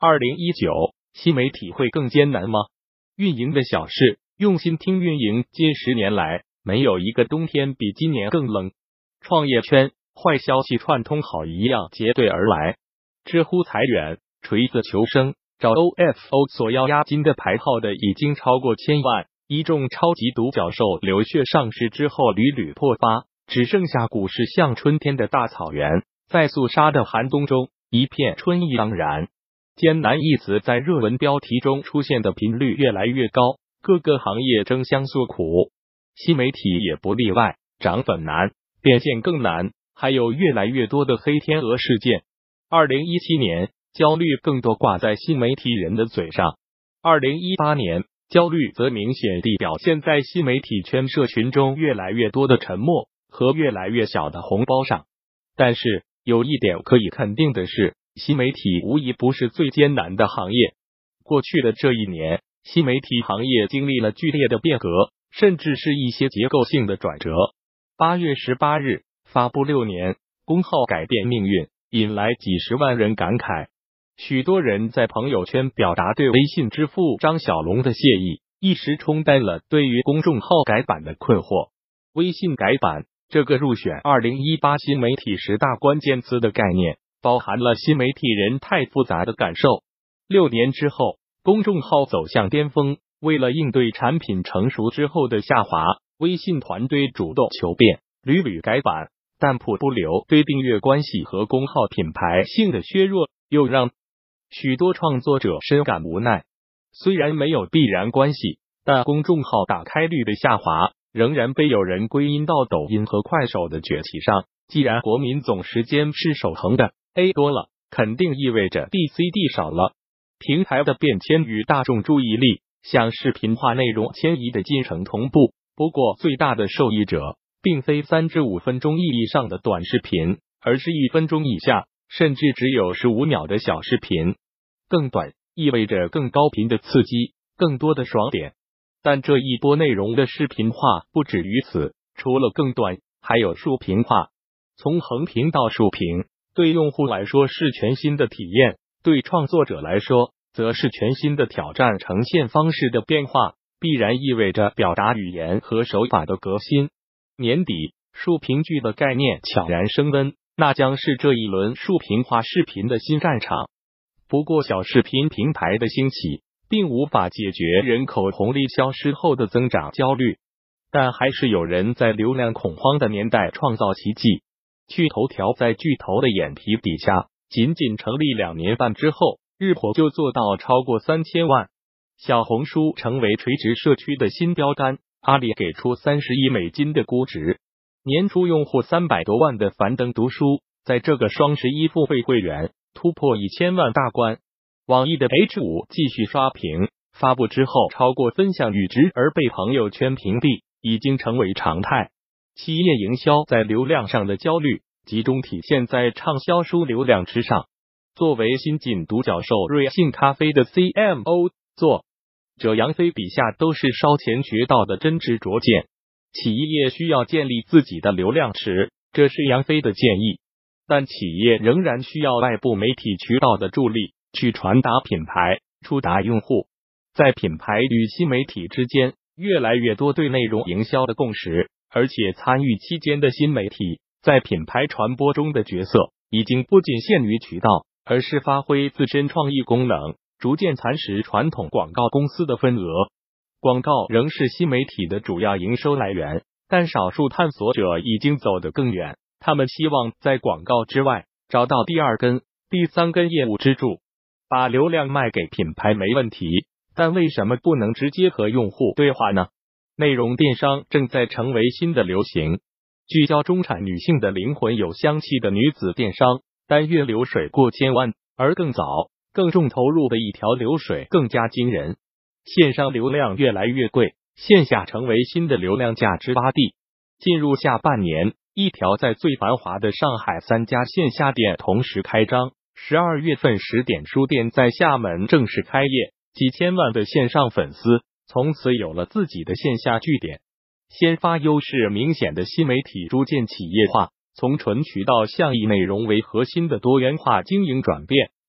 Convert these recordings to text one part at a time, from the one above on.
2019，新媒体会更艰难吗？运营的小事，用心听运营。近10年来，没有一个冬天比今年更冷。创业圈坏消息串通好一样结队而来。知乎裁员，锤子求生，找 OFO 索要押金的排号的已经超过1000万。一众超级独角兽流血上市之后屡屡破发，只剩下股市像春天的大草原，在肃杀的寒冬中，一片春意盎然。艰难一词在热文标题中出现的频率越来越高，各个行业争相诉苦，新媒体也不例外，涨粉难，变现更难，还有越来越多的黑天鹅事件。2017年，焦虑更多挂在新媒体人的嘴上；2018年，焦虑则明显地表现在新媒体圈社群中越来越多的沉默和越来越小的红包上。但是，有一点可以肯定的是，新媒体无疑不是最艰难的行业。过去的这一年，新媒体行业经历了剧烈的变革，甚至是一些结构性的转折。8月18日，发布6年，公号改变命运，引来几十万人感慨。许多人在朋友圈表达对微信支付张小龙的谢意，一时冲淡了对于公众号改版的困惑。微信改版这个入选2018新媒体10大关键词的概念，包含了新媒体人太复杂的感受。6年之后，公众号走向巅峰，为了应对产品成熟之后的下滑，微信团队主动求变，屡屡改版，但普不留对订阅关系和公号品牌性的削弱，又让许多创作者深感无奈。虽然没有必然关系，但公众号打开率的下滑，仍然被有人归因到抖音和快手的崛起上。既然国民总时间是守恒的， A 多了，肯定意味着 BCD 少了。平台的变迁与大众注意力向视频化内容迁移的进程同步，不过最大的受益者并非3至5分钟意义上的短视频，而是1分钟以下，甚至只有15秒的小视频。更短意味着更高频的刺激，更多的爽点。但这一波内容的视频化不止于此，除了更短，还有竖屏化。从横屏到竖屏，对用户来说是全新的体验，对创作者来说则是全新的挑战。呈现方式的变化必然意味着表达语言和手法的革新。年底，竖屏剧的概念悄然升温，那将是这一轮竖屏化视频的新战场。不过，小视频平台的兴起并无法解决人口红利消失后的增长焦虑，但还是有人在流量恐慌的年代创造奇迹。去头条在巨头的眼皮底下，仅仅成立2年半之后，日活就做到超过3000万。小红书成为垂直社区的新标杆，阿里给出30亿美金的估值，年初用户300多万的樊登读书，在这个双11付费会员突破1000万大关。网易的 H5 继续刷屏，发布之后超过分享阈值而被朋友圈屏蔽，已经成为常态。企业营销在流量上的焦虑，集中体现在畅销书流量之上。作为新晋独角兽瑞幸咖啡的 CMO， 作者杨飞笔下都是烧钱学到的真知灼见。企业需要建立自己的流量池，这是杨飞的建议。但企业仍然需要外部媒体渠道的助力，去传达品牌，触达用户。在品牌与新媒体之间，越来越多对内容营销的共识，而且参与期间的新媒体在品牌传播中的角色，已经不仅限于渠道，而是发挥自身创意功能，逐渐蚕食传统广告公司的份额。广告仍是新媒体的主要营收来源，但少数探索者已经走得更远，他们希望在广告之外找到第2根、第3根业务支柱。把流量卖给品牌没问题，但为什么不能直接和用户对话呢？内容电商正在成为新的流行，聚焦中产女性的灵魂有香气的女子电商，单月流水过1000万，而更早、更重投入的一条流水更加惊人。线上流量越来越贵，线下成为新的流量价值洼地。进入下半年，一条在最繁华的上海3家线下店同时开张。12月份10点书店在厦门正式开业，几千万的线上粉丝从此有了自己的线下据点。先发优势明显的新媒体逐渐企业化，从纯渠道向以内容为核心的多元化经营转变，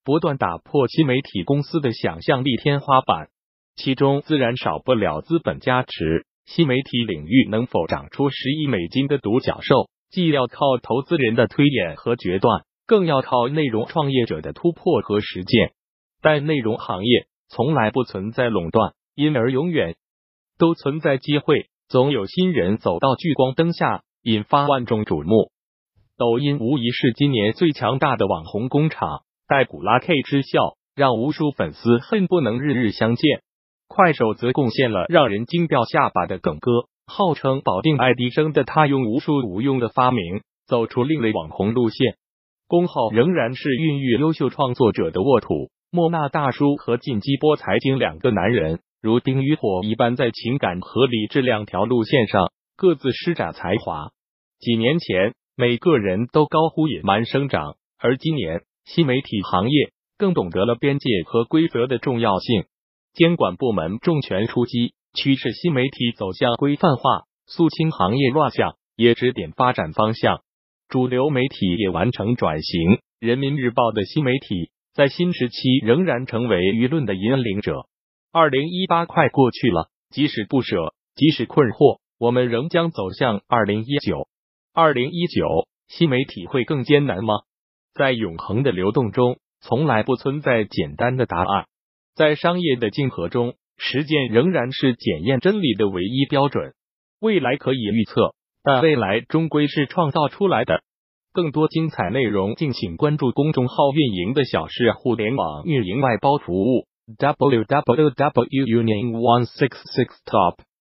不断打破新媒体公司的想象力天花板，其中自然少不了资本加持。新媒体领域能否长出$10亿的独角兽，既要靠投资人的推演和决断，更要靠内容创业者的突破和实践。但内容行业从来不存在垄断，因而永远都存在机会，总有新人走到聚光灯下，引发万众瞩目。抖音无疑是今年最强大的网红工厂，带古拉 K 之效，让无数粉丝恨不能日日相见。快手则贡献了让人惊掉下巴的梗歌，号称保定爱迪生的他用无数无用的发明走出另类网红路线。公号仍然是孕育优秀创作者的沃土，莫纳大叔和进击波财经两个男人如冰与火一般，在情感和理智两条路线上各自施展才华。几年前每个人都高呼野蛮生长，而今年新媒体行业更懂得了边界和规则的重要性。监管部门重拳出击，驱使新媒体走向规范化，肃清行业乱象，也指点发展方向。主流媒体也完成转型，人民日报的新媒体在新时期仍然成为舆论的引领者。2018快过去了，即使不舍，即使困惑，我们仍将走向2019。2019，新媒体会更艰难吗？在永恒的流动中，从来不存在简单的答案。在商业的竞合中，实践仍然是检验真理的唯一标准。未来可以预测，但未来终归是创造出来的。更多精彩内容，敬请关注公众号运营的小事互联网运营外包服务 www.union166top